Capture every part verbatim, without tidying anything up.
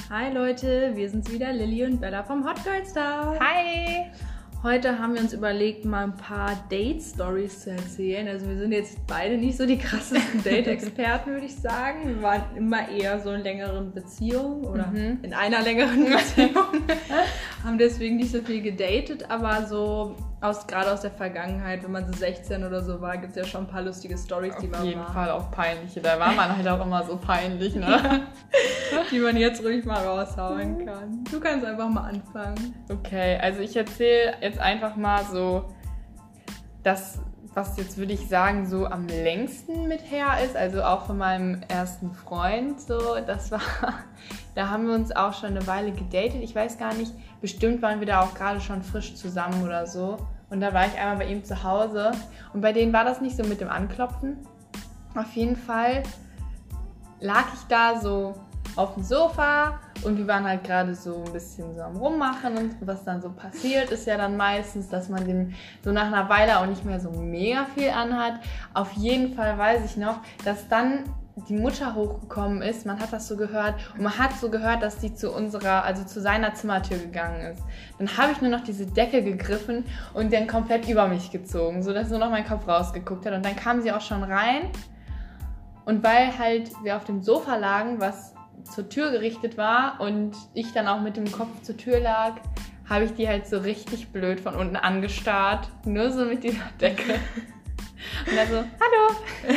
Hi Leute, wir sind's wieder, Lilly und Bella vom Hot Girl Star. Hi! Heute haben wir uns überlegt, mal ein paar Date-Stories zu erzählen. Also wir sind jetzt beide nicht so die krassesten Date-Experten, würde ich sagen. Wir waren immer eher so in längeren Beziehungen oder Mhm. in einer längeren Beziehung. Haben deswegen nicht so viel gedatet, aber so aus, gerade aus der Vergangenheit, wenn man so sechzehn oder so war, gibt es ja schon ein paar lustige Stories, die man Auf jeden mal, Fall auch peinliche. Da war man halt auch immer so peinlich, ne? Ja. die man jetzt ruhig mal raushauen kann. Du kannst einfach mal anfangen. Okay, also ich erzähle jetzt einfach mal so das, was jetzt würde ich sagen so am längsten mit her ist, also auch von meinem ersten Freund so, das war, da haben wir uns auch schon eine Weile gedatet, ich weiß gar nicht, bestimmt waren wir da auch gerade schon frisch zusammen oder so und da war ich einmal bei ihm zu Hause und bei denen war das nicht so mit dem Anklopfen, auf jeden Fall lag ich da so auf dem Sofa und wir waren halt gerade so ein bisschen so am Rummachen und was dann so passiert ist ja dann meistens, dass man dem so nach einer Weile auch nicht mehr so mega viel anhat. Auf jeden Fall weiß ich noch, dass dann die Mutter hochgekommen ist, man hat das so gehört und man hat so gehört, dass die zu unserer, also zu seiner Zimmertür gegangen ist. Dann habe ich nur noch diese Decke gegriffen und dann komplett über mich gezogen, sodass nur noch mein Kopf rausgeguckt hat und dann kam sie auch schon rein und weil halt wir auf dem Sofa lagen, was zur Tür gerichtet war und ich dann auch mit dem Kopf zur Tür lag, habe ich die halt so richtig blöd von unten angestarrt. Nur so mit dieser Decke. Und dann so, hallo.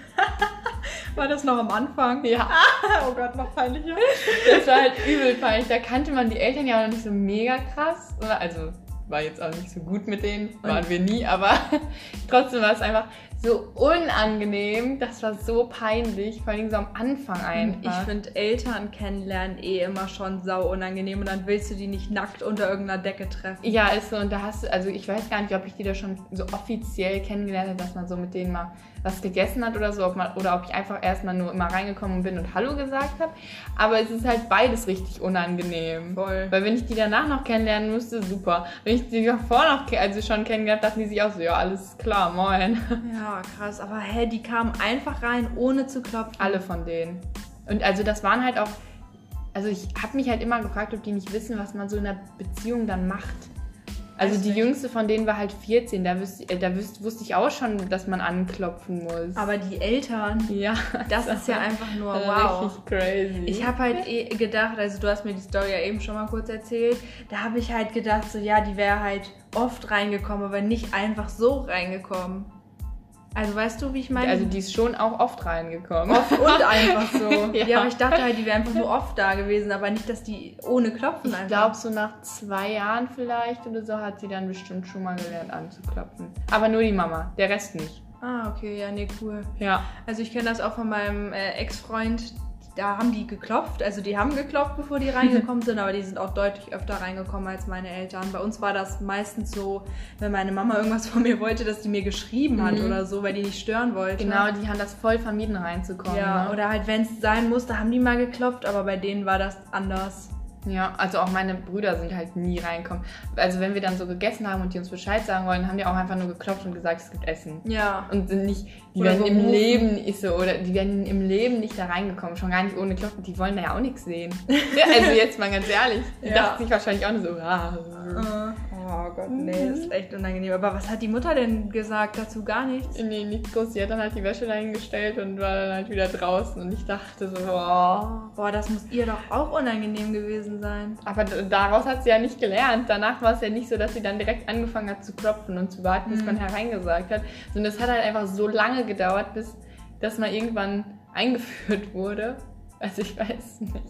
War das noch am Anfang? Ja. Oh Gott, noch peinlicher. Das war halt übel peinlich. Da kannte man die Eltern ja auch noch nicht so mega krass. Also war jetzt auch nicht so gut mit denen, waren wir nie, aber trotzdem war es einfach so unangenehm, das war so peinlich, vor allem so am Anfang einfach. Ich finde Eltern kennenlernen eh immer schon sau unangenehm und dann willst du die nicht nackt unter irgendeiner Decke treffen. Ja, ist so, und da hast du, also ich weiß gar nicht, ob ich die da schon so offiziell kennengelernt habe, dass man so mit denen mal was gegessen hat oder so, ob man, oder ob ich einfach erstmal nur immer reingekommen bin und Hallo gesagt habe, aber es ist halt beides richtig unangenehm. Voll. Weil wenn ich die danach noch kennenlernen müsste, super. Wenn ich die davor noch also schon kennengelernt habe, dachten die sich auch so, ja, alles klar, moin. Ja, krass, aber hä, die kamen einfach rein, ohne zu klopfen. Alle von denen. Und also das waren halt auch, also ich habe mich halt immer gefragt, ob die nicht wissen, was man so in einer Beziehung dann macht. Also Weiß die nicht. jüngste von denen war halt vierzehn, da, wüsste, da wüsste, wusste ich auch schon, dass man anklopfen muss. Aber die Eltern, ja, das ist ja einfach nur äh, wow. richtig crazy. Ich habe halt eh gedacht, also du hast mir die Story ja eben schon mal kurz erzählt, da habe ich halt gedacht, so ja, die wäre halt oft reingekommen, aber nicht einfach so reingekommen. Also weißt du, wie ich meine? Also die ist schon auch oft reingekommen. Oft und einfach so. Ja. ja. aber ich dachte halt, die wäre einfach nur oft da gewesen, aber nicht, dass die ohne Klopfen Ich einfach... glaube, so nach zwei Jahren vielleicht oder so hat sie dann bestimmt schon mal gelernt anzuklopfen. Aber nur die Mama, der Rest nicht. Ah, okay, ja, nee, cool. Ja. Also ich kenne das auch von meinem äh, Ex-Freund, da haben die geklopft, also die haben geklopft, bevor die reingekommen sind, aber die sind auch deutlich öfter reingekommen als meine Eltern. Bei uns war das meistens so, wenn meine Mama irgendwas von mir wollte, dass die mir geschrieben hat Mhm. oder so, weil die nicht stören wollte. Genau, die haben das voll vermieden reinzukommen. Ja, ne? oder halt, wenn es sein musste, haben die mal geklopft, aber bei denen war das anders. Ja, also auch meine Brüder sind halt nie reingekommen. Also wenn wir dann so gegessen haben und die uns Bescheid sagen wollen, haben die auch einfach nur geklopft und gesagt, es gibt Essen. Ja. Und sind nicht, die Oder werden im gerufen. Leben nicht so, oder die werden im Leben nicht da reingekommen, schon gar nicht ohne Klopfen, die wollen da ja auch nichts sehen. Ja, also jetzt mal ganz ehrlich, die Ja. dachten sich wahrscheinlich auch nur so, ah. Oh Gott, nee, das ist echt unangenehm. Aber was hat die Mutter denn gesagt dazu? Gar nichts? Nee, nichts groß, sie hat dann halt die Wäsche dahingestellt und war dann halt wieder draußen und ich dachte so, boah. Boah, das muss ihr doch auch unangenehm gewesen sein. Aber d- daraus hat sie ja nicht gelernt. Danach war es ja nicht so, dass sie dann direkt angefangen hat zu klopfen und zu warten, bis Mhm. man hereingesagt hat. Sondern es hat halt einfach so lange gedauert, bis das mal irgendwann eingeführt wurde. Also ich weiß nicht.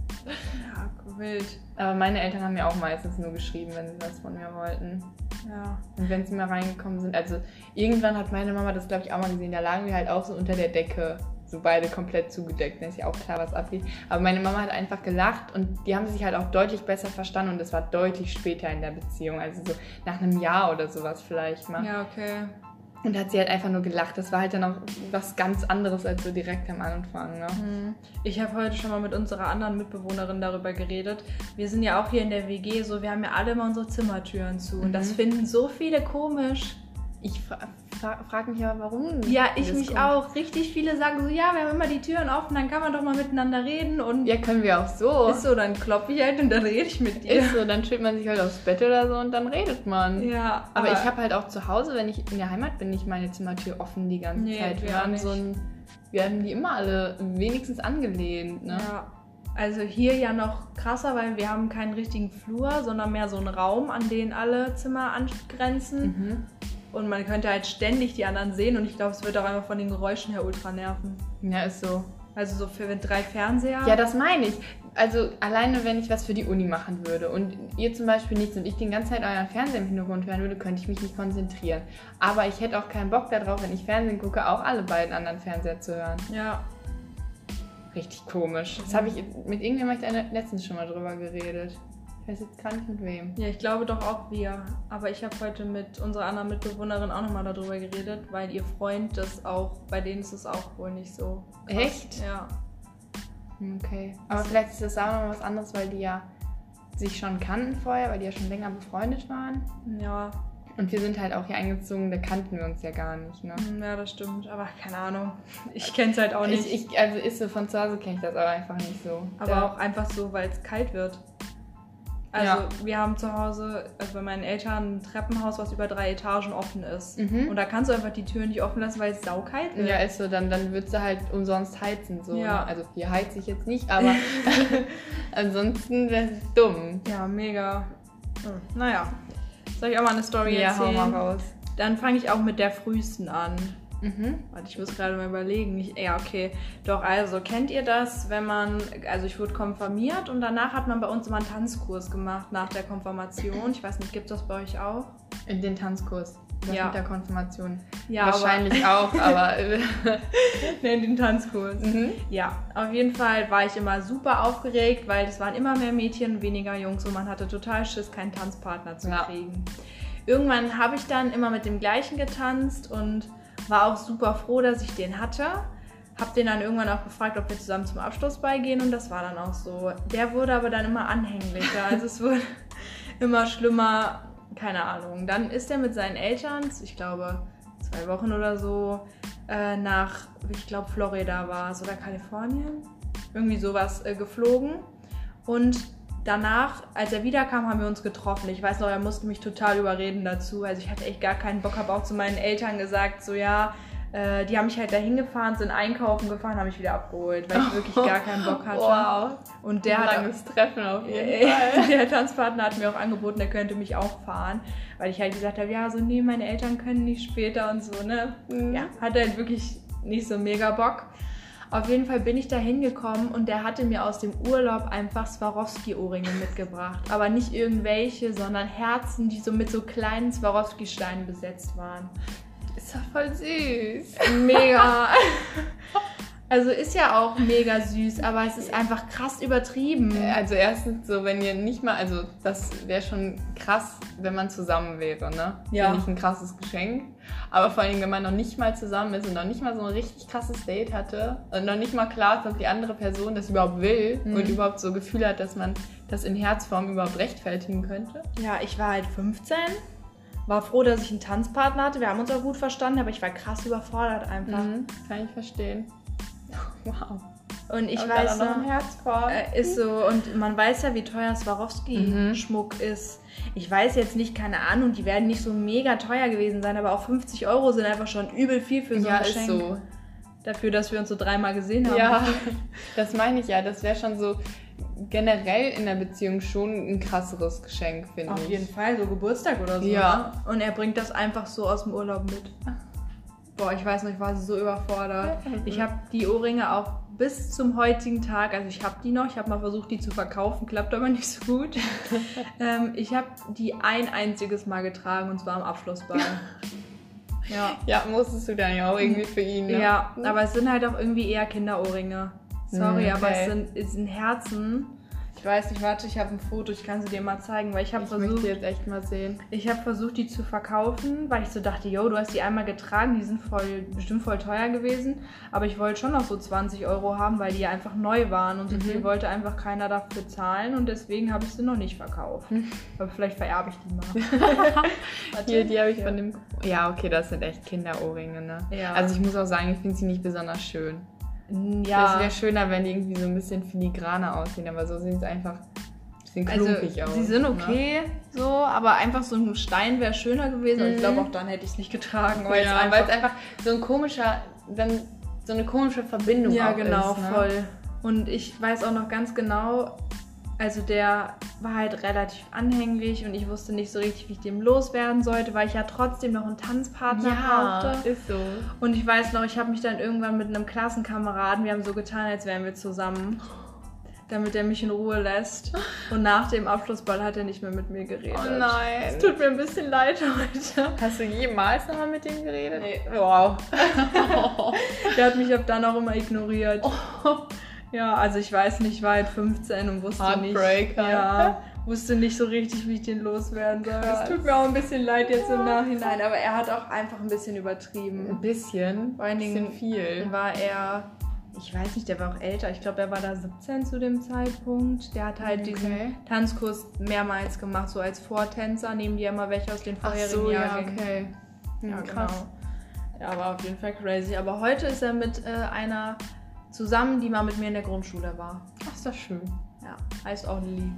Ja, wild. Aber meine Eltern haben mir auch meistens nur geschrieben, wenn sie was von mir wollten. Ja. Und wenn sie mal reingekommen sind. Also irgendwann hat meine Mama das, glaube ich, auch mal gesehen. Da lagen wir halt auch so unter der Decke. So beide komplett zugedeckt. Da ist ja auch klar, was abgeht. Aber meine Mama hat einfach gelacht und die haben sich halt auch deutlich besser verstanden. Und das war deutlich später in der Beziehung. Also so nach einem Jahr oder sowas vielleicht mal. Ja, okay. Und da hat sie halt einfach nur gelacht. Das war halt dann auch was ganz anderes als so direkt am Anfang. Ne? Ich habe heute schon mal mit unserer anderen Mitbewohnerin darüber geredet. Wir sind ja auch hier in der W G so, wir haben ja alle immer unsere Zimmertüren zu. Und das Mhm. finden so viele komisch. Ich fra- fra- frag mich aber, warum. Ja, ich mich kommt. auch. Richtig viele sagen so, ja, wir haben immer die Türen offen, dann kann man doch mal miteinander reden. Und Ja, können wir auch so. ist so, dann klopfe ich halt und dann rede ich mit dir. Ist so, dann schlägt man sich halt aufs Bett oder so und dann redet man. Ja, aber, aber ich habe halt auch zu Hause, wenn ich in der Heimat bin, nicht meine Zimmertür offen die ganze Nee, Zeit. Wir wir auch haben nicht. so ein, wir haben die immer alle wenigstens angelehnt, ne? Ja, also hier ja noch krasser, weil wir haben keinen richtigen Flur, sondern mehr so einen Raum, an den alle Zimmer angrenzen. Mhm. Und man könnte halt ständig die anderen sehen und ich glaube, es wird auch einfach von den Geräuschen her ultra nerven. Ja, ist so. Also so für drei Fernseher. Ja, das meine ich. Also alleine, wenn ich was für die Uni machen würde und ihr zum Beispiel nichts und ich die ganze Zeit euren Fernseher im Hintergrund hören würde, könnte ich mich nicht konzentrieren. Aber ich hätte auch keinen Bock darauf, wenn ich Fernsehen gucke, auch alle beiden anderen Fernseher zu hören. Ja. Richtig komisch. Das habe ich mit irgendjemandem letztens schon mal drüber geredet. Ich weiß jetzt gar nicht mit wem. Ja, ich glaube doch auch wir. Aber ich habe heute mit unserer anderen Mitbewohnerin auch nochmal darüber geredet, weil ihr Freund das auch, bei denen ist es auch wohl nicht so krass. Echt? Ja. Okay. Aber vielleicht ist das auch noch was anderes, weil die ja sich schon kannten vorher, weil die ja schon länger befreundet waren. Ja. Und wir sind halt auch hier eingezogen, da kannten wir uns ja gar nicht, ne? Ja, das stimmt. Aber keine Ahnung. Ich kenne es halt auch nicht. Ich, ich, also ist so von zu Hause kenne ich das aber einfach nicht so. Aber Da- auch einfach so, weil es kalt wird. Also Ja. wir haben zu Hause, also bei meinen Eltern, ein Treppenhaus, was über drei Etagen offen ist. Mhm. Und da kannst du einfach die Tür nicht offen lassen, weil es saukalt wird. Ja, ist so, dann, dann würdest du halt umsonst heizen. So, Ja. ne? Also hier heize ich jetzt nicht, aber ansonsten wäre es dumm. Ja, mega. Hm. Naja, soll ich auch mal eine Story Ja, hau erzählen? mal raus. Dann fange ich auch mit der frühesten an. Mhm. Warte, ich muss gerade mal überlegen. Ich, ja, okay. Doch, also, kennt ihr das, wenn man, also ich wurde konfirmiert und danach hat man bei uns immer einen Tanzkurs gemacht nach der Konfirmation. Ich weiß nicht, gibt es das bei euch auch? In den Tanzkurs. Das Ja. mit der Konfirmation. Ja, Wahrscheinlich auch, aber. Ne, den Tanzkurs. mhm. Ja, auf jeden Fall war ich immer super aufgeregt, weil es waren immer mehr Mädchen, weniger Jungs und man hatte total Schiss, keinen Tanzpartner zu Ja. kriegen. Irgendwann habe ich dann immer mit dem gleichen getanzt und war auch super froh, dass ich den hatte. Hab den dann irgendwann auch gefragt, ob wir zusammen zum Abschlussball gehen und das war dann auch so. Der wurde aber dann immer anhänglicher, also es wurde immer schlimmer, keine Ahnung. Dann ist er mit seinen Eltern, ich glaube zwei Wochen oder so, äh, nach, ich glaube Florida war es oder Kalifornien, irgendwie sowas äh, geflogen und danach, als er wiederkam, haben wir uns getroffen. Ich weiß noch, er musste mich total überreden dazu. Also ich hatte echt gar keinen Bock, habe auch zu meinen Eltern gesagt, so ja, äh, die haben mich halt dahin gefahren, sind einkaufen gefahren, haben mich wieder abgeholt, weil ich wirklich gar keinen Bock hatte. Wow. Und der Ein hat langes Treffen auf jeden Äh, Fall. der Tanzpartner hat mir auch angeboten, er könnte mich auch fahren, weil ich halt gesagt habe, ja, so nee, meine Eltern können nicht später und so, ne? Mhm. Ja, hatte halt wirklich nicht so mega Bock. Auf jeden Fall bin ich da hingekommen und der hatte mir aus dem Urlaub einfach Swarovski-Ohrringe mitgebracht. Aber nicht irgendwelche, sondern Herzen, die so mit so kleinen Swarovski-Steinen besetzt waren. Ist doch voll süß. Mega. Also ist ja auch mega süß, aber es ist einfach krass übertrieben. Also erstens so, wenn ihr nicht mal, also das wäre schon krass, wenn man zusammen wäre, ne? Ja. Finde ich ein krasses Geschenk. Aber vor allem, wenn man noch nicht mal zusammen ist und noch nicht mal so ein richtig krasses Date hatte und noch nicht mal klar ist, ob die andere Person das überhaupt will Mhm. und überhaupt so Gefühl hat, dass man das in Herzform überhaupt rechtfertigen könnte. Ja, ich war halt fünfzehn, war froh, dass ich einen Tanzpartner hatte. Wir haben uns auch gut verstanden, aber ich war krass überfordert einfach. Mhm. Kann ich verstehen. Wow. Und ich Und weiß dann auch noch ein noch, Herzform. äh, ist so, und man weiß ja, wie teuer Swarovski-Schmuck ist. Ich weiß jetzt nicht, keine Ahnung, die werden nicht so mega teuer gewesen sein, aber auch fünfzig Euro sind einfach schon übel viel für so Ja, ein ist Geschenk. so. Dafür, dass wir uns so dreimal gesehen haben. Ja, das meine ich ja. Das wäre schon so generell in der Beziehung schon ein krasseres Geschenk, finde ich. Auf jeden Fall, so Geburtstag oder so. Ja. Ne? Und er bringt das einfach so aus dem Urlaub mit. Boah, ich weiß noch, ich war so überfordert. Ich habe die Ohrringe auch bis zum heutigen Tag, also ich habe die noch, ich habe mal versucht, die zu verkaufen, klappt aber nicht so gut. ähm, ich habe die ein einziges Mal getragen und zwar am Abschlussball. Ja. Ja, musstest du dann ja auch irgendwie für ihn, ne? Ja, aber es sind halt auch irgendwie eher Kinderohrringe. Sorry, Mm, okay. aber es sind, es sind Herzen. Ich weiß nicht, warte, ich habe ein Foto, ich kann sie dir mal zeigen, weil ich habe versucht... Ich möchte jetzt echt mal sehen. Ich habe versucht, die zu verkaufen, weil ich so dachte, yo, du hast die einmal getragen, die sind voll, bestimmt voll teuer gewesen, aber ich wollte schon noch so zwanzig Euro haben, weil die ja einfach neu waren und so mhm. viel wollte einfach keiner dafür zahlen und deswegen habe ich sie noch nicht verkauft. Mhm. Aber vielleicht vererbe ich die mal. Hier, die habe ich ja. von dem... Ja, okay, das sind echt Kinderohrringe, ne? Ja. Also ich muss auch sagen, ich finde sie nicht besonders schön. Ja. Es wäre schöner, wenn die irgendwie so ein bisschen filigraner aussehen, aber so sehen sie einfach ein bisschen klumpig also, aus. Sie sind okay, ne? So, aber einfach so ein Stein wäre schöner gewesen. Mhm. Und ich glaube, auch dann hätte ich es nicht getragen. Weil ja, es einfach, einfach so ein komischer, dann so eine komische Verbindung ja, auch genau, ist. Ja, genau, voll. Und ich weiß auch noch ganz genau, also der war halt relativ anhänglich und ich wusste nicht so richtig, wie ich dem loswerden sollte, weil ich ja trotzdem noch einen Tanzpartner ja, brauchte. Ist so. Und ich weiß noch, ich habe mich dann irgendwann mit einem Klassenkameraden, wir haben so getan, als wären wir zusammen, damit er mich in Ruhe lässt. Und nach dem Abschlussball hat er nicht mehr mit mir geredet. Oh nein. Es tut mir ein bisschen leid heute. Hast du jemals nochmal mit ihm geredet? Nee. Wow. Der hat mich ab dann auch immer ignoriert. Oh. Ja, also ich weiß nicht, ich war halt fünfzehn und wusste nicht, ja, wusste nicht so richtig, wie ich den loswerden soll. Es tut mir auch ein bisschen leid jetzt im Nachhinein, aber er hat auch einfach ein bisschen übertrieben. Ein bisschen? Vor allen Dingen ein bisschen viel. War er, ich weiß nicht, der war auch älter, ich glaube, er war da siebzehn zu dem Zeitpunkt. Der hat halt okay. diesen Tanzkurs mehrmals gemacht, so als Vortänzer, nehmen die ja mal welche aus den vorherigen Ach so, Jahren. Ja, okay. Ja, krass. Genau. Ja, war auf jeden Fall crazy. Aber heute ist er mit äh, einer zusammen, die mal mit mir in der Grundschule war. Ach, ist das schön. Ja, heißt auch Lilly.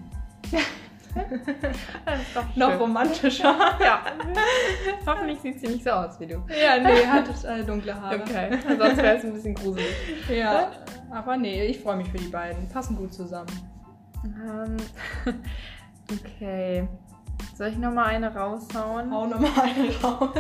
Das ist doch noch romantischer. Ja. Hoffentlich sieht sie nicht so aus wie du. Ja, nee, hat äh, dunkle Haare. Okay, sonst wäre es ein bisschen gruselig. Ja, aber nee, ich freue mich für die beiden. Passen gut zusammen. Um, okay. Soll ich nochmal eine raushauen? Hau nochmal eine raus.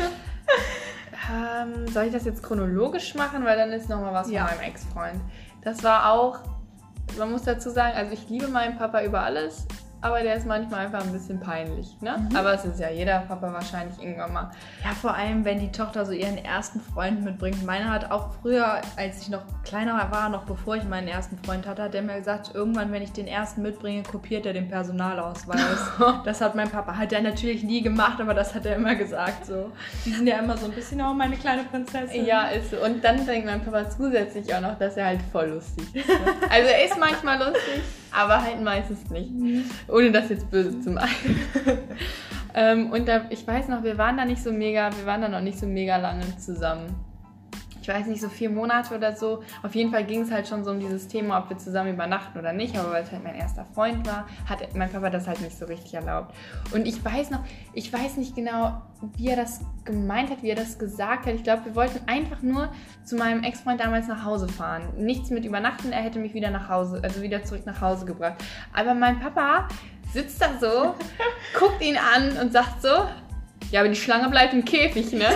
Ähm, soll ich das jetzt chronologisch machen, weil dann ist nochmal was ja. von meinem Ex-Freund. Das war auch, man muss dazu sagen, also ich liebe meinen Papa über alles, aber der ist manchmal einfach ein bisschen peinlich, ne? Mhm. Aber es ist ja jeder Papa wahrscheinlich irgendwann mal. Ja, vor allem, wenn die Tochter so ihren ersten Freund mitbringt. Meine hat auch früher, als ich noch kleiner war, noch bevor ich meinen ersten Freund hatte, hat der mir gesagt, irgendwann, wenn ich den ersten mitbringe, kopiert er den Personalausweis. Das hat mein Papa, hat er natürlich nie gemacht, aber das hat er immer gesagt, so. Die sind ja immer so ein bisschen auch meine kleine Prinzessin. Ja, ist so. Und dann denkt mein Papa zusätzlich auch noch, dass er halt voll lustig ist. Also er ist manchmal lustig, aber halt meistens nicht. Mhm. Ohne das jetzt böse zu meinen. ähm, und da, ich weiß noch, wir waren da nicht so mega, wir waren da noch nicht so mega lange zusammen. Ich weiß nicht, so vier Monate oder so. Auf jeden Fall ging es halt schon so um dieses Thema, ob wir zusammen übernachten oder nicht. Aber weil es halt mein erster Freund war, hat mein Papa das halt nicht so richtig erlaubt. Und ich weiß noch, ich weiß nicht genau, wie er das gemeint hat, wie er das gesagt hat. Ich glaube, wir wollten einfach nur zu meinem Ex-Freund damals nach Hause fahren. Nichts mit übernachten, er hätte mich wieder nach Hause, also wieder zurück nach Hause gebracht. Aber mein Papa sitzt da so, guckt ihn an und sagt so, ja, aber die Schlange bleibt im Käfig, ne?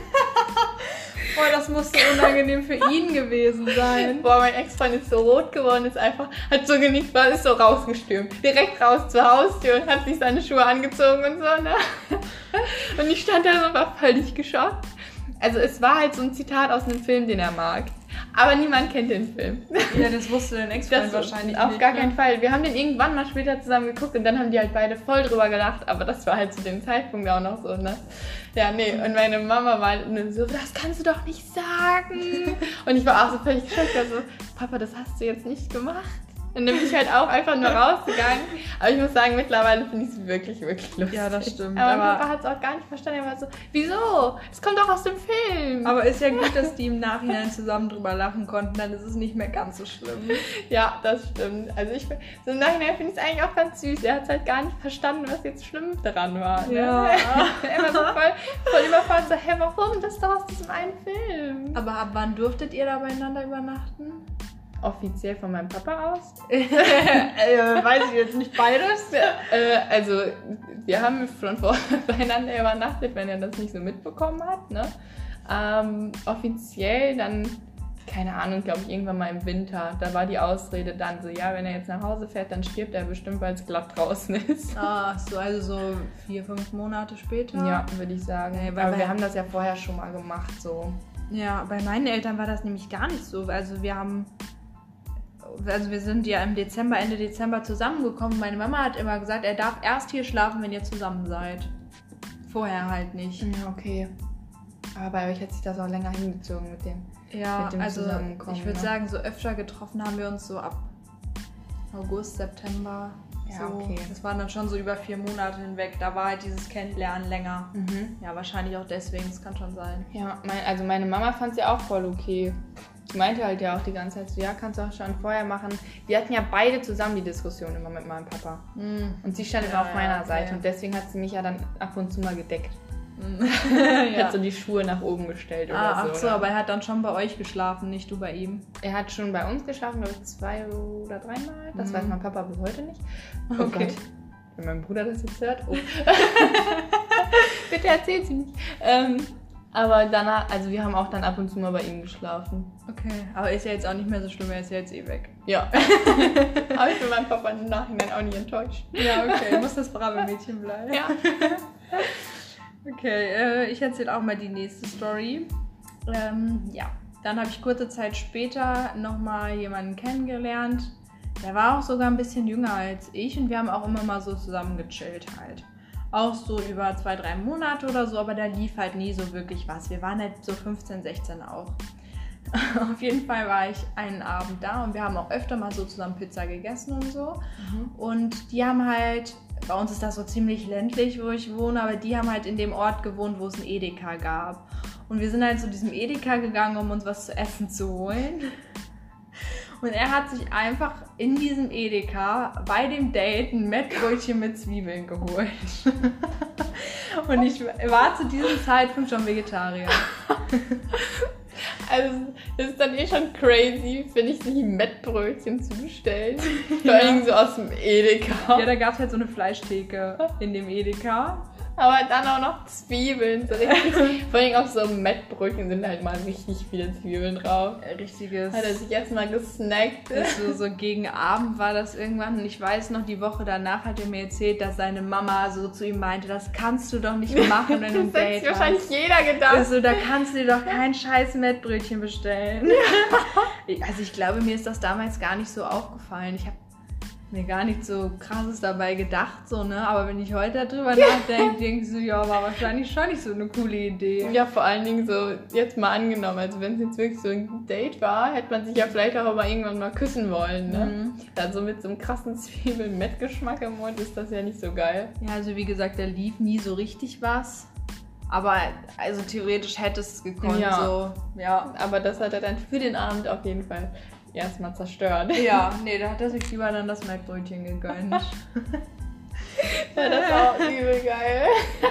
Boah, das muss so unangenehm für ihn gewesen sein. Boah, mein Ex-Freund ist so rot geworden, ist einfach, hat so genickt, war, ist so rausgestürmt. Direkt raus zur Haustür und hat sich seine Schuhe angezogen und so, ne? Und ich stand da so, war völlig geschockt. Also es war halt so ein Zitat aus einem Film, den er mag. Aber niemand kennt den Film. Ja, das wusste dein Ex-Freund wahrscheinlich auf nicht. Auf gar keinen Fall. Wir haben den irgendwann mal später zusammen geguckt und dann haben die halt beide voll drüber gelacht. Aber das war halt zu dem Zeitpunkt auch noch so, ne? Ja, nee. Und meine Mama war nur so, das kannst du doch nicht sagen. Und ich war auch so völlig geschockt. Also, Papa, das hast du jetzt nicht gemacht. Und dann bin ich halt auch einfach nur rausgegangen. Aber ich muss sagen, mittlerweile finde ich es wirklich, wirklich lustig. Ja, das stimmt. Aber, aber Papa hat es auch gar nicht verstanden. Er war so, wieso? Das kommt doch aus dem Film. Aber ist ja gut, dass die im Nachhinein zusammen drüber lachen konnten. Dann ist es nicht mehr ganz so schlimm. Ja, das stimmt. Also ich, so im Nachhinein finde ich es eigentlich auch ganz süß. Er hat es halt gar nicht verstanden, was jetzt schlimm daran war. Ne? Ja. Er war so voll, voll überfordert. So, hä, warum? Das ist doch aus diesem einen Film. Aber ab wann durftet ihr da beieinander übernachten? Offiziell von meinem Papa aus? äh, weiß ich jetzt nicht beides. äh, also wir haben schon vor beieinander übernachtet, wenn er das nicht so mitbekommen hat. Ne? Ähm, offiziell dann, keine Ahnung, glaube ich, irgendwann mal im Winter. Da war die Ausrede dann so, ja, wenn er jetzt nach Hause fährt, dann stirbt er bestimmt, weil es glatt draußen ist. Ah, so, also so vier, fünf Monate später? Ja, würde ich sagen. Nee, aber wir haben das ja vorher schon mal gemacht, so. Ja, bei meinen Eltern war das nämlich gar nicht so. Also wir haben also wir sind ja im Dezember, Ende Dezember zusammengekommen. Meine Mama hat immer gesagt, er darf erst hier schlafen, wenn ihr zusammen seid. Vorher halt nicht. Ja, okay. Aber bei euch hat sich das auch länger hingezogen mit dem, ja, mit dem also Zusammenkommen. Ich würde ne? sagen, so öfter getroffen haben wir uns so ab August, September. Ja, so. okay. Das waren dann schon so über vier Monate hinweg. Da war halt dieses Kennenlernen länger. Mhm. Ja, wahrscheinlich auch deswegen, das kann schon sein. Ja, mein, also meine Mama fand es ja auch voll okay. Die meinte halt ja auch die ganze Zeit so, ja, kannst du auch schon vorher machen. Wir hatten ja beide zusammen die Diskussion immer mit meinem Papa. Mm. Und sie stand Ja, immer auf meiner ja, okay. Seite und deswegen hat sie mich ja dann ab und zu mal gedeckt. ja. Hat so die Schuhe nach oben gestellt oder Ah, so. ach so, oder? aber er hat dann schon bei euch geschlafen, nicht du bei ihm. Er hat schon bei uns geschlafen, glaube ich, zwei oder dreimal. Das Mhm. weiß mein Papa bis heute nicht. Oh Okay. Gott. Wenn mein Bruder das jetzt hört. Oh. Bitte erzählt sie nicht. Ähm, aber danach, also wir haben auch dann ab und zu mal bei ihm geschlafen. Okay, aber ist ja jetzt auch nicht mehr so schlimm, er ist ja jetzt eh weg. Ja. Aber ich bin meinem Papa im Nachhinein auch nicht enttäuscht. Ja, okay, muss das brave Mädchen bleiben. Ja. Okay, äh, ich erzähle auch mal die nächste Story. Ähm, ja, dann habe ich kurze Zeit später nochmal jemanden kennengelernt. Der war auch sogar ein bisschen jünger als ich und wir haben auch immer mal so zusammen gechillt halt. Auch so über zwei, drei Monate oder so, aber da lief halt nie so wirklich was. Wir waren halt so fünfzehn, sechzehn auch. Auf jeden Fall war ich einen Abend da und wir haben auch öfter mal so zusammen Pizza gegessen und so. Mhm. Und die haben halt, bei uns ist das so ziemlich ländlich, wo ich wohne, aber die haben halt in dem Ort gewohnt, wo es ein Edeka gab. Und wir sind halt zu diesem Edeka gegangen, um uns was zu essen zu holen. Und er hat sich einfach in diesem Edeka bei dem Date ein Mettbrötchen mit Zwiebeln geholt. Und ich war zu diesem Zeitpunkt schon Vegetarier. Also, das ist dann eh schon crazy, finde ich, sich ein Mettbrötchen zu bestellen. Vor allem so aus dem Edeka. Ja, da gab es halt so eine Fleischtheke in dem Edeka. Aber dann auch noch Zwiebeln. So richtig. Vor allem auf so einem Mettbrötchen sind halt mal richtig viele Zwiebeln drauf. Richtiges. Hat er sich erstmal gesnackt. So, so gegen Abend war das irgendwann. Und ich weiß noch, die Woche danach hat er mir erzählt, dass seine Mama so zu ihm meinte, das kannst du doch nicht machen, wenn du ein Das hat Date sich hast. wahrscheinlich jeder gedacht. Also, da kannst du dir doch kein scheiß Mettbrötchen bestellen. Ja. Also ich glaube, mir ist das damals gar nicht so aufgefallen. Ich habe mir gar nicht so krasses dabei gedacht, so, ne? Aber wenn ich heute darüber nachdenke, denke ich so, ja, war wahrscheinlich schon nicht so eine coole Idee. Ja, vor allen Dingen so, jetzt mal angenommen, also wenn es jetzt wirklich so ein Date war, hätte man sich ja vielleicht auch mal irgendwann mal küssen wollen, ne? Mhm. Dann so mit so einem krassen Zwiebeln-Mettgeschmack im Mund ist das ja nicht so geil. Ja, also wie gesagt, da lief nie so richtig was. Aber also theoretisch hätte es gekonnt, Ja. so, ja. Aber das hat er dann für den Abend auf jeden Fall erstmal zerstört. Ja, nee, da hat er sich lieber dann das Mettbrötchen gegönnt. Ja, das war auch übel geil.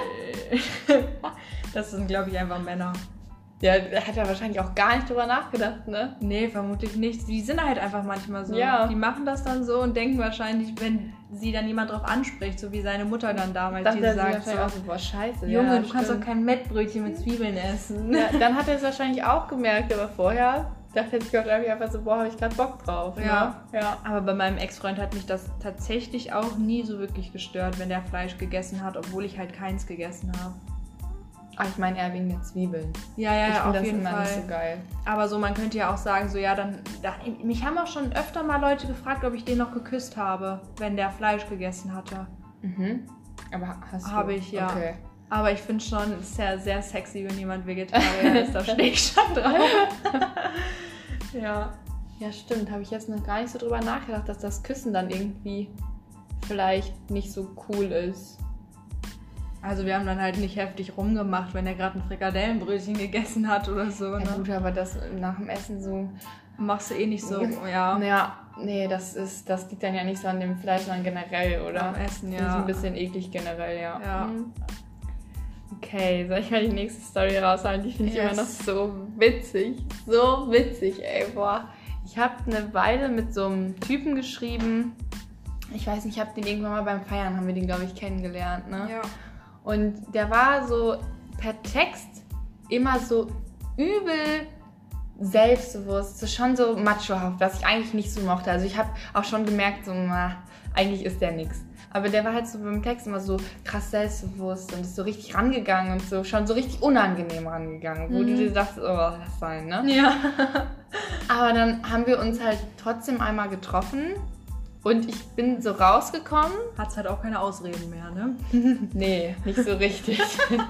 Das sind, glaube ich, einfach Männer. Ja, da hat er wahrscheinlich auch gar nicht drüber nachgedacht, ne? Nee, vermutlich nicht. Die sind halt einfach manchmal so. Ja. Die machen das dann so und denken wahrscheinlich, wenn sie dann jemand drauf anspricht, so wie seine Mutter dann damals, Dachte die er sich sagt so, wahrscheinlich auch so, boah, scheiße. Junge, ja, du kannst doch stimmt. kein Mettbrötchen mit Zwiebeln essen. Ja, dann hat er es wahrscheinlich auch gemerkt, aber vorher dachte er sich auch glaube ich einfach so, boah, habe ich gerade Bock drauf. Ne? Ja. Ja. Aber bei meinem Ex-Freund hat mich das tatsächlich auch nie so wirklich gestört, wenn der Fleisch gegessen hat, obwohl ich halt keins gegessen habe. Ach, ich meine eher wegen der Zwiebeln. Ja, ja, ich ja, finde auf das jeden immer Fall. nicht so geil. Aber so, man könnte ja auch sagen, so ja, dann, da, mich haben auch schon öfter mal Leute gefragt, ob ich den noch geküsst habe, wenn der Fleisch gegessen hatte. Mhm. Aber hast du? Habe ich, ja. Okay. Aber ich finde schon, es ist ja sehr sexy, wenn jemand Vegetarier ist, da stehe ich schon drauf. Ja. Ja, stimmt. Habe ich jetzt noch gar nicht so drüber nachgedacht, dass das Küssen dann irgendwie vielleicht nicht so cool ist. Also wir haben dann halt nicht heftig rumgemacht, wenn er gerade ein Frikadellenbrötchen gegessen hat oder so. Ja Ne? gut, aber das nach dem Essen so... Machst du eh nicht so, ja. Ja, nee, das ist, das liegt dann ja nicht so an dem Fleisch, sondern generell, oder? Am Essen, Das ist ja. ein bisschen eklig generell, ja. Ja. Mhm. Okay, soll ich mal die nächste Story raushauen? Die finde ich Yes. immer noch so witzig. So witzig, ey, boah. Ich habe eine Weile mit so einem Typen geschrieben. Ich weiß nicht, ich habe den irgendwann mal beim Feiern, haben wir den, glaube ich, kennengelernt, ne? Ja. Und der war so per Text immer so übel selbstbewusst, so schon so machohaft, was ich eigentlich nicht so mochte. Also ich habe auch schon gemerkt, so, na, eigentlich ist der nix. Aber der war halt so beim Text immer so krass selbstbewusst und ist so richtig rangegangen und so schon so richtig unangenehm rangegangen, wo mhm. du dir dachtest, oh, was soll das sein, ne? Ja. Aber dann haben wir uns halt trotzdem einmal getroffen und ich bin so rausgekommen. Hat's halt auch keine Ausreden mehr, ne? Nee, nicht so richtig.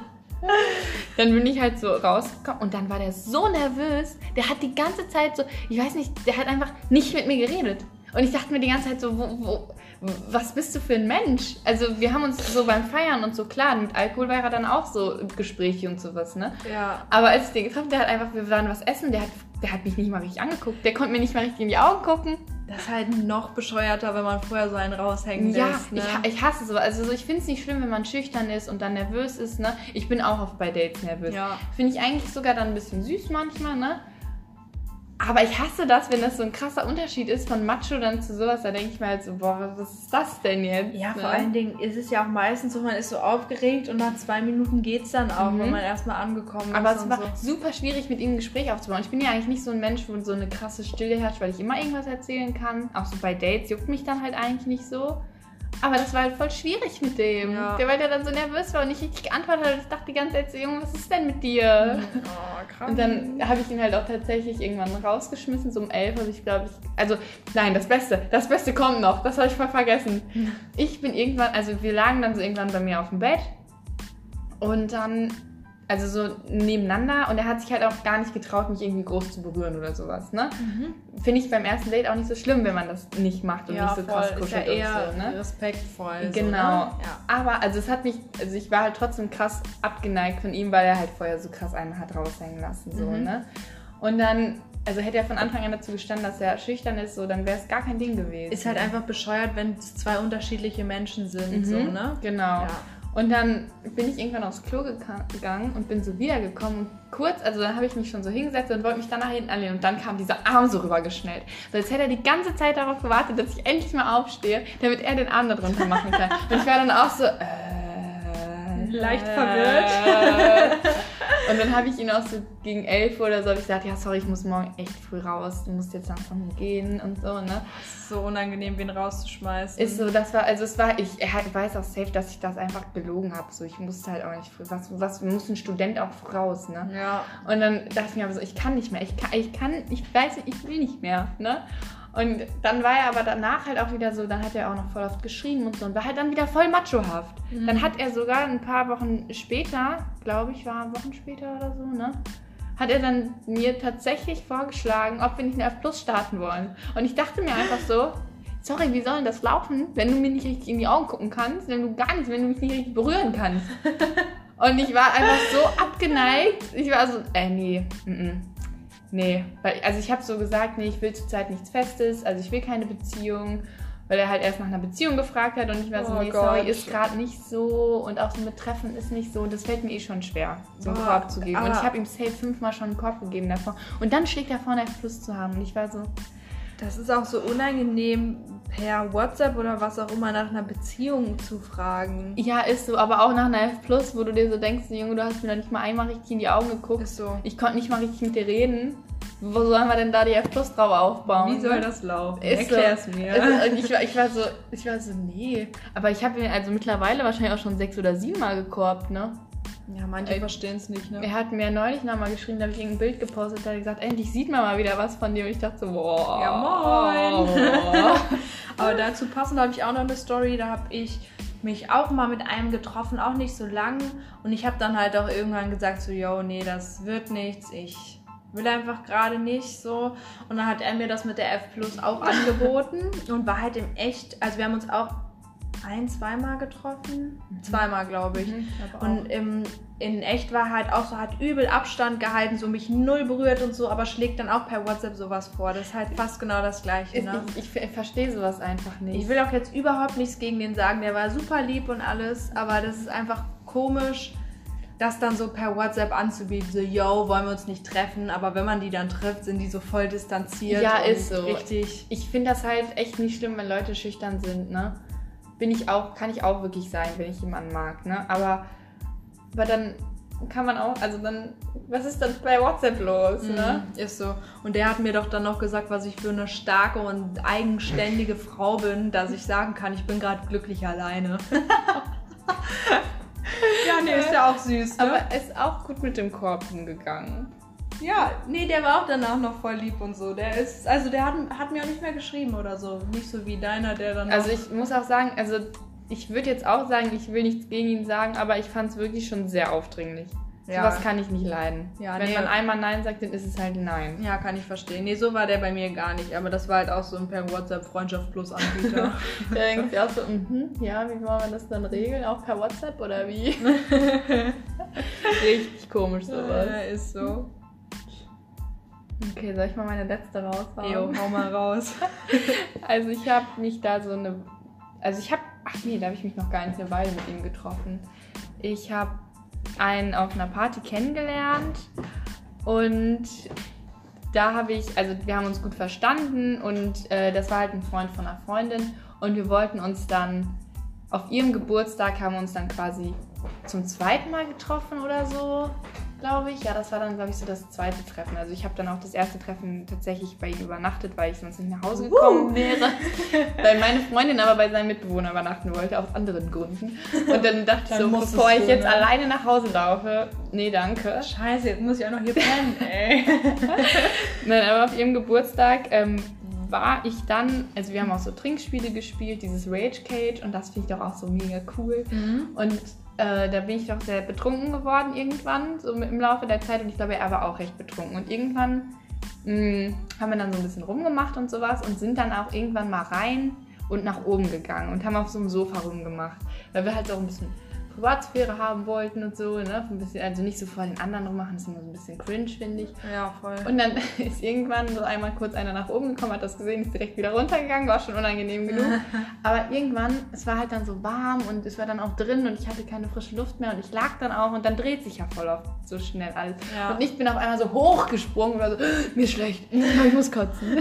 Dann bin ich halt so rausgekommen und dann war der so nervös. Der hat die ganze Zeit so, ich weiß nicht, der hat einfach nicht mit mir geredet. Und ich dachte mir die ganze Zeit so, wo, wo, was bist du für ein Mensch? Also wir haben uns so beim Feiern und so, klar, mit Alkohol war er dann auch so Gespräche und sowas, ne? Ja. Aber als ich den getroffen habe, der hat einfach, wir waren was essen, der hat, der hat mich nicht mal richtig angeguckt. Der konnte mir nicht mal richtig in die Augen gucken. Das ist halt noch bescheuerter, wenn man vorher so einen raushängen ja, lässt. Ne? ich, ich hasse so. Also so, ich finde es nicht schlimm, wenn man schüchtern ist und dann nervös ist, ne? Ich bin auch oft bei Dates nervös. Ja. Finde ich eigentlich sogar dann ein bisschen süß manchmal, ne? Aber ich hasse das, wenn das so ein krasser Unterschied ist von Macho dann zu sowas. Da denke ich mir halt so, boah, was ist das denn jetzt? Ja, ne? vor allen Dingen ist es ja auch meistens so, man ist so aufgeregt und nach zwei Minuten geht's dann auch, mhm. wenn man erstmal angekommen ist. Aber es war so. super schwierig, mit ihm ein Gespräch aufzubauen. Ich bin ja eigentlich nicht so ein Mensch, wo so eine krasse Stille herrscht, weil ich immer irgendwas erzählen kann. Auch so bei Dates juckt mich dann halt eigentlich nicht so. Aber das war halt voll schwierig mit dem. Ja. Der, weil der dann so nervös war und nicht richtig geantwortet hat. Ich dachte die ganze Zeit so, Junge, was ist denn mit dir? Oh, krass. Und dann habe ich ihn halt auch tatsächlich irgendwann rausgeschmissen, so um elf. Also ich glaube, ich, also nein, das Beste, das Beste kommt noch. Das habe ich voll vergessen. Ich bin irgendwann, also wir lagen dann so irgendwann bei mir auf dem Bett. Und dann, also so nebeneinander. Und er hat sich halt auch gar nicht getraut, mich irgendwie groß zu berühren oder sowas, ne? Mhm. Finde ich beim ersten Date auch nicht so schlimm, wenn man das nicht macht und ja, nicht so voll. krass kuschelt ist ja eher und so, ne? respektvoll. Genau. So, ne? Ja. Aber, also es hat mich, also ich war halt trotzdem krass abgeneigt von ihm, weil er halt vorher so krass einen hat raushängen lassen, so, mhm. ne? Und dann, also hätte er von Anfang an dazu gestanden, dass er schüchtern ist, so, dann wäre es gar kein Ding gewesen. Ist halt einfach bescheuert, wenn es zwei unterschiedliche Menschen sind, mhm. so, ne? Genau. Ja. Und dann bin ich irgendwann aufs Klo gegangen und bin so wiedergekommen. Und kurz, also dann habe ich mich schon so hingesetzt und wollte mich dann nach hinten anlehnen. Und dann kam dieser Arm so rübergeschnellt. So als hätte er die ganze Zeit darauf gewartet, dass ich endlich mal aufstehe, damit er den Arm da drunter machen kann. Und ich war dann auch so, äh, leicht äh, verwirrt. Und dann habe ich ihn auch so gegen elf Uhr oder so, habe ich gesagt, ja sorry, ich muss morgen echt früh raus. Du musst jetzt langsam gehen und so, ne? Das ist so unangenehm, wen rauszuschmeißen. Ist so, das war, also es war, ich er weiß auch safe, dass ich das einfach gelogen habe. So, ich musste halt auch nicht früh, was, was muss ein Student auch raus, ne? Ja. Und dann dachte ich mir aber so, ich kann nicht mehr, ich kann, ich kann, ich weiß nicht, ich will nicht mehr, ne? Und dann war er aber danach halt auch wieder so, dann hat er auch noch voll oft geschrieben und so und war halt dann wieder voll machohaft. Mhm. Dann hat er sogar ein paar Wochen später, glaube ich, war Wochen später oder so, ne? Hat er dann mir tatsächlich vorgeschlagen, ob wir nicht eine F Plus starten wollen. Und ich dachte mir einfach so, sorry, wie soll denn das laufen, wenn du mir nicht richtig in die Augen gucken kannst, wenn du gar nichts, wenn du mich nicht richtig berühren kannst. Und ich war einfach so abgeneigt. Ich war so, äh, nee, m-m. Nee, weil, also ich habe so gesagt, nee, ich will zurzeit nichts Festes, also ich will keine Beziehung, weil er halt erst nach einer Beziehung gefragt hat und ich war so, oh nee, Gott. sorry, ist gerade nicht so und auch so mit Treffen ist nicht so und das fällt mir eh schon schwer, so einen oh, Korb zu geben. ah. Und ich habe ihm safe fünfmal schon einen Korb gegeben davor und dann schlägt er vor, eine F Plus zu haben und ich war so... Das ist auch so unangenehm, per WhatsApp oder was auch immer nach einer Beziehung zu fragen. Ja, ist so, aber auch nach einer F Plus, wo du dir so denkst, Junge, du hast mir noch nicht mal einmal richtig in die Augen geguckt. Ist so. Ich konnte nicht mal richtig mit dir reden. Wo sollen wir denn da die F Plus drauf aufbauen? Wie soll das laufen? Ist Erklär's so. mir. Und ich war, ich war so, ich war so, nee. Aber ich habe ihn also mittlerweile wahrscheinlich auch schon sechs oder sieben Mal gekorbt, ne? Ja, manche verstehen es nicht, ne? Er hat mir neulich nochmal geschrieben, da habe ich irgendein Bild gepostet, da hat er gesagt, endlich sieht man mal wieder was von dir. Und ich dachte so, boah. Ja, moin. Aber dazu passend habe ich auch noch eine Story, da habe ich mich auch mal mit einem getroffen, auch nicht so lang. Und ich habe dann halt auch irgendwann gesagt so, yo, nee, das wird nichts, ich will einfach gerade nicht so. Und dann hat er mir das mit der F Plus auch angeboten und war halt im Echt, also wir haben uns auch ein-, zweimal getroffen. Mhm. Zweimal, glaube ich. Mhm, und im, in echt war halt auch so, hat übel Abstand gehalten, so mich null berührt und so, aber schlägt dann auch per WhatsApp sowas vor. Das ist halt fast genau das Gleiche, ne? Ich, ich, ich verstehe sowas einfach nicht. Ich will auch jetzt überhaupt nichts gegen den sagen, der war super lieb und alles, aber das ist einfach komisch, das dann so per WhatsApp anzubieten, so, yo, wollen wir uns nicht treffen, aber wenn man die dann trifft, sind die so voll distanziert. Ja, und ist so. Richtig. Ich finde das halt echt nicht schlimm, wenn Leute schüchtern sind, ne? Bin ich auch, kann ich auch wirklich sein, wenn ich jemanden mag, ne? Aber, aber dann, kann man auch, also dann, was ist dann bei WhatsApp los, Mhm, ne? ist so. Und der hat mir doch dann noch gesagt, was ich für eine starke und eigenständige Frau bin, dass ich sagen kann, ich bin gerade glücklich alleine. Ja, nee, ist ja auch süß, ne? Aber ist auch gut mit dem Korb umgegangen. Ja, nee, der war auch danach noch voll lieb und so. Der ist, also der hat, hat mir auch nicht mehr geschrieben oder so. Nicht so wie deiner, der dann Also noch, ich muss auch sagen, also ich würde jetzt auch sagen, ich will nichts gegen ihn sagen, aber ich fand es wirklich schon sehr aufdringlich. Ja. Sowas kann ich nicht leiden. Ja, Wenn nee. man einmal Nein sagt, dann ist es halt Nein. Ja, kann ich verstehen. Nee, so war der bei mir gar nicht. Aber das war halt auch so ein per WhatsApp Freundschaft Plus Anbieter. Da denkt sich auch so, mhm, ja, wie wollen wir das dann regeln? Auch per WhatsApp oder wie? Richtig komisch sowas. Ja, ist so. Okay, soll ich mal meine letzte raushauen? Jo, hau mal raus. Also ich habe mich da so eine... Also ich habe... Ach nee, da habe ich mich noch gar nicht eine Weile mit ihm getroffen. Ich habe einen auf einer Party kennengelernt und da habe ich... Also wir haben uns gut verstanden und äh, das war halt ein Freund von einer Freundin und wir wollten uns dann... Auf ihrem Geburtstag haben wir uns dann quasi zum zweiten Mal getroffen oder so, glaube ich. Ja, das war dann, glaube ich, so das zweite Treffen. Also ich habe dann auch das erste Treffen tatsächlich bei ihm übernachtet, weil ich sonst nicht nach Hause gekommen uh. wäre. Weil meine Freundin aber bei seinem Mitbewohner übernachten wollte, aus anderen Gründen. Und dann dachte ich so, bevor ich jetzt alleine nach Hause laufe, nee, danke. Scheiße, jetzt muss ich auch noch hier pennen, ey. Nein, aber auf ihrem Geburtstag ähm, war ich dann, also wir haben auch so Trinkspiele gespielt, dieses Rage Cage und das finde ich doch auch so mega cool. Mhm. Und äh, da bin ich doch sehr betrunken geworden irgendwann, so im Laufe der Zeit und ich glaube, er war auch recht betrunken. Und irgendwann mh, haben wir dann so ein bisschen rumgemacht und sowas und sind dann auch irgendwann mal rein und nach oben gegangen und haben auf so einem Sofa rumgemacht, weil wir halt so ein bisschen Privatsphäre haben wollten und so, ne? Ein bisschen, also nicht so vor den anderen rummachen, das ist immer so ein bisschen cringe, finde ich. Ja, voll. Und dann ist irgendwann so einmal kurz einer nach oben gekommen, hat das gesehen, ist direkt wieder runtergegangen, war schon unangenehm genug. Aber irgendwann, es war halt dann so warm und es war dann auch drin und ich hatte keine frische Luft mehr und ich lag dann auch und dann dreht sich ja voll oft so schnell alles. Ja. Und ich bin auf einmal so hochgesprungen und war so, mir ist schlecht, ich muss kotzen.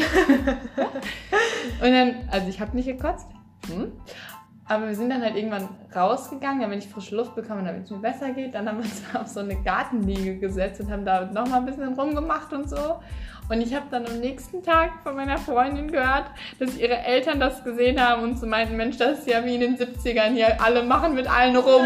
Und dann, also ich habe nicht gekotzt. Hm? Aber wir sind dann halt irgendwann rausgegangen, damit ich frische Luft bekomme, damit es mir besser geht. Dann haben wir uns auf so eine Gartenliege gesetzt und haben da nochmal ein bisschen rumgemacht und so. Und ich habe dann am nächsten Tag von meiner Freundin gehört, dass ihre Eltern das gesehen haben und so meinten, Mensch, das ist ja wie in den siebzigern hier, alle machen mit allen rum.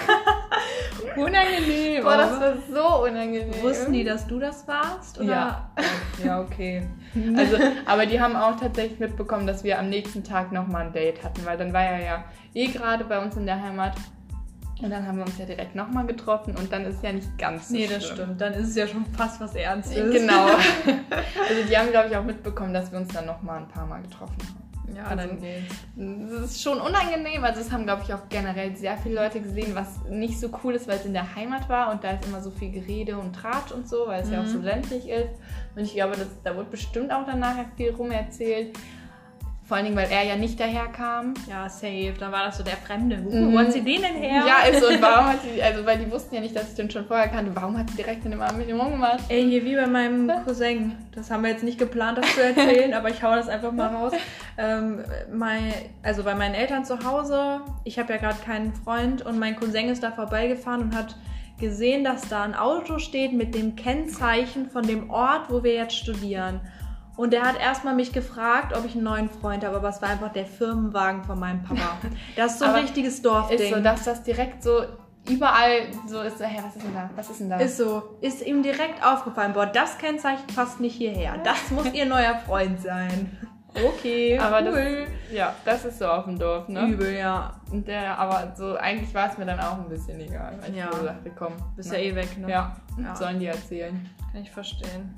Unangenehm. Boah, das war so unangenehm. Wussten die, dass du das warst? Oder? Ja. Ja, okay. Also, aber die haben auch tatsächlich mitbekommen, dass wir am nächsten Tag nochmal ein Date hatten, weil dann war er ja eh gerade bei uns in der Heimat. Und dann haben wir uns ja direkt nochmal getroffen und dann ist es ja nicht ganz so Nee, schlimm. das stimmt. Dann ist es ja schon fast was Ernstes. Genau. Also die haben, glaube ich, auch mitbekommen, dass wir uns dann nochmal ein paar Mal getroffen haben. Ja, Also, dann geht's. Das ist schon unangenehm. Also es haben, glaube ich, auch generell sehr viele Leute gesehen, was nicht so cool ist, weil es in der Heimat war und da ist immer so viel Gerede und Tratsch und so, weil es Mhm. ja auch so ländlich ist. Und ich glaube, das, da wird bestimmt auch dann nachher viel rumerzählt. Vor allen Dingen, weil er ja nicht daherkam. Ja, safe. Da war das so der Fremde. Uh, Mhm. Wo hat sie den denn her? Ja, ist so. Und warum hat sie, also weil die wussten ja nicht, dass ich den schon vorher kannte, warum hat sie direkt dann immer mit ihm rumgemacht? Ey, hier wie bei meinem Cousin. Das haben wir jetzt nicht geplant, das zu erzählen, aber ich hau das einfach mal raus. Ähm, mein, also bei meinen Eltern zu Hause, ich habe ja gerade keinen Freund und mein Cousin ist da vorbeigefahren und hat gesehen, dass da ein Auto steht mit dem Kennzeichen von dem Ort, wo wir jetzt studieren. Und der hat erstmal mich gefragt, ob ich einen neuen Freund habe, aber es war einfach der Firmenwagen von meinem Papa. Das ist so ein Aber richtiges Dorfding. Ist so, dass das direkt so überall so ist, so, hey, was ist denn da? Was ist denn da? Ist so, ist ihm direkt aufgefallen, boah, das Kennzeichen passt nicht hierher. Das muss ihr neuer Freund sein. Okay, aber cool. das, ja, das ist so auf dem Dorf, ne? Übel, ja. Und der, aber so, eigentlich war es mir dann auch ein bisschen egal, weil Ja. ich so dachte, komm. Bist ne? ja eh weg, ne? Ja, Ja. sollen die erzählen. Kann ich verstehen.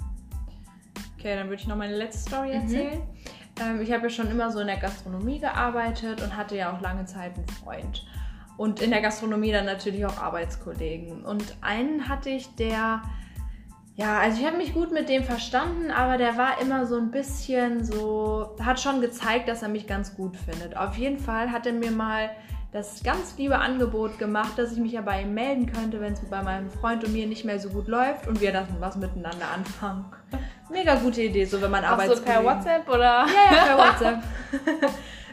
Okay, dann würde ich noch meine letzte Story Mhm. erzählen. Ähm, ich habe ja schon immer so in der Gastronomie gearbeitet und hatte ja auch lange Zeit einen Freund. Und in der Gastronomie dann natürlich auch Arbeitskollegen. Und einen hatte ich, der, ja, also ich habe mich gut mit dem verstanden, aber der war immer so ein bisschen so, hat schon gezeigt, dass er mich ganz gut findet. Auf jeden Fall hat er mir mal das ganz liebe Angebot gemacht, dass ich mich ja bei ihm melden könnte, wenn es bei meinem Freund und mir nicht mehr so gut läuft und wir dann was miteinander anfangen. Mega gute Idee, so wenn man Ach so, Arbeitskollegen... per WhatsApp oder? Ja, ja, per WhatsApp.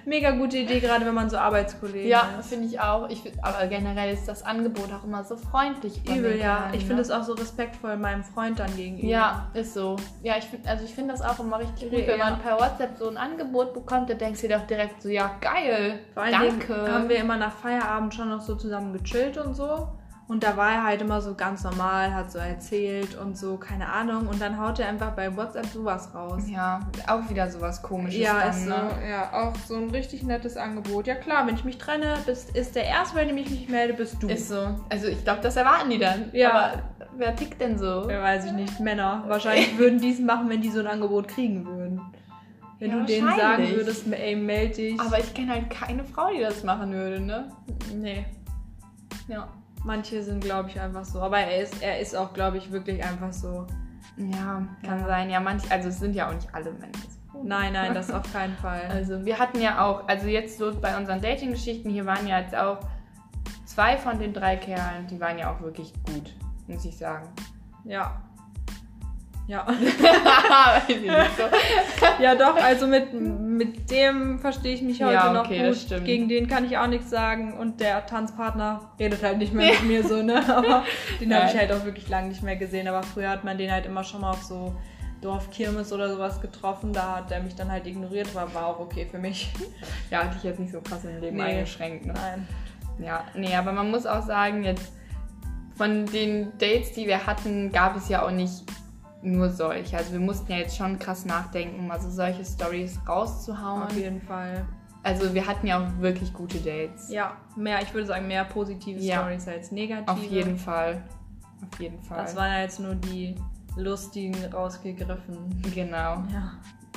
mega gute Idee, gerade wenn man so Arbeitskollegen Ja, ist. finde ich auch. Ich find, aber generell ist das Angebot auch immer so freundlich. Übel, ja. Kleinen, Ich ne? finde es auch so respektvoll meinem Freund dann gegenüber. Ja, ist so. Ja, ich finde also ich find das auch immer richtig gut, Ja. wenn man per WhatsApp so ein Angebot bekommt, dann denkst du dir doch direkt so, ja, geil, Vor allen danke. Dingen haben wir immer nach Feierabend schon noch so zusammen gechillt und so. Und da war er halt immer so ganz normal, hat so erzählt und so, keine Ahnung. Und dann haut er einfach bei WhatsApp sowas raus. Ja, auch wieder sowas Komisches Ja, dann, ist so, ne? ja, auch so ein richtig nettes Angebot. Ja klar, wenn ich mich trenne, bist, ist der Erste, bei dem ich mich melde, bist du. Ist so. Also ich glaube, das erwarten die dann. Ja. Aber wer tickt denn so? Ja, weiß ich nicht, Männer. Wahrscheinlich würden die es machen, wenn die so ein Angebot kriegen würden. Wenn Ja, du denen sagen wahrscheinlich. würdest, ey, melde dich. Aber ich kenne halt keine Frau, die das machen würde, ne? nee. Ja. Manche sind, glaube ich, einfach so. Aber er ist, er ist auch, glaube ich, wirklich einfach so. Ja, kann Ja. sein. Ja, manch, also es sind ja auch nicht alle Männer. so. Nein, nein, das auf keinen Fall. Also wir hatten ja auch, also jetzt so bei unseren Dating-Geschichten, hier waren ja jetzt auch zwei von den drei Kerlen, die waren ja auch wirklich gut, muss ich sagen. Ja. Ja. Weiß ich nicht so. Ja, doch, also mit, mit dem verstehe ich mich heute Ja, noch okay, gut. das stimmt. Gegen den kann ich auch nichts sagen. Und der Tanzpartner redet halt nicht mehr mit mir so, ne? Aber den habe Ja. ich halt auch wirklich lange nicht mehr gesehen. Aber früher hat man den halt immer schon mal auf so Dorfkirmes oder sowas getroffen. Da hat er mich dann halt ignoriert, aber war auch okay für mich. Ja, hat dich jetzt nicht so krass im Leben Nee. eingeschränkt, ne? Nein. Ja, nee, aber man muss auch sagen, jetzt von den Dates, die wir hatten, gab es ja auch nicht nur solche. Also wir mussten ja jetzt schon krass nachdenken, um also solche Stories rauszuhauen. Auf jeden Fall. Also wir hatten ja auch wirklich gute Dates. Ja, mehr, ich würde sagen, mehr positive Ja. Stories als negative. Auf jeden Fall. Auf jeden Fall. Das waren ja jetzt nur die lustigen rausgegriffen. Genau. Ja.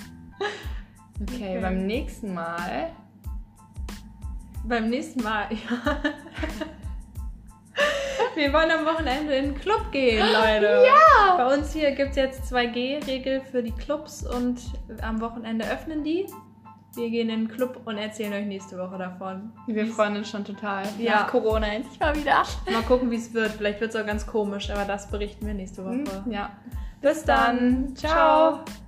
Okay, Okay. beim nächsten Mal. Beim nächsten Mal, ja. Wir wollen am Wochenende in den Club gehen, Leute. Ja! Bei uns hier gibt es jetzt zwei G Regel für die Clubs und am Wochenende öffnen die. Wir gehen in den Club und erzählen euch nächste Woche davon. Wir freuen uns schon total. Ja. Nach Corona endlich mal wieder. Mal gucken, wie es wird. Vielleicht wird es auch ganz komisch, aber das berichten wir nächste Woche. Ja. Bis dann. Ciao. Ciao.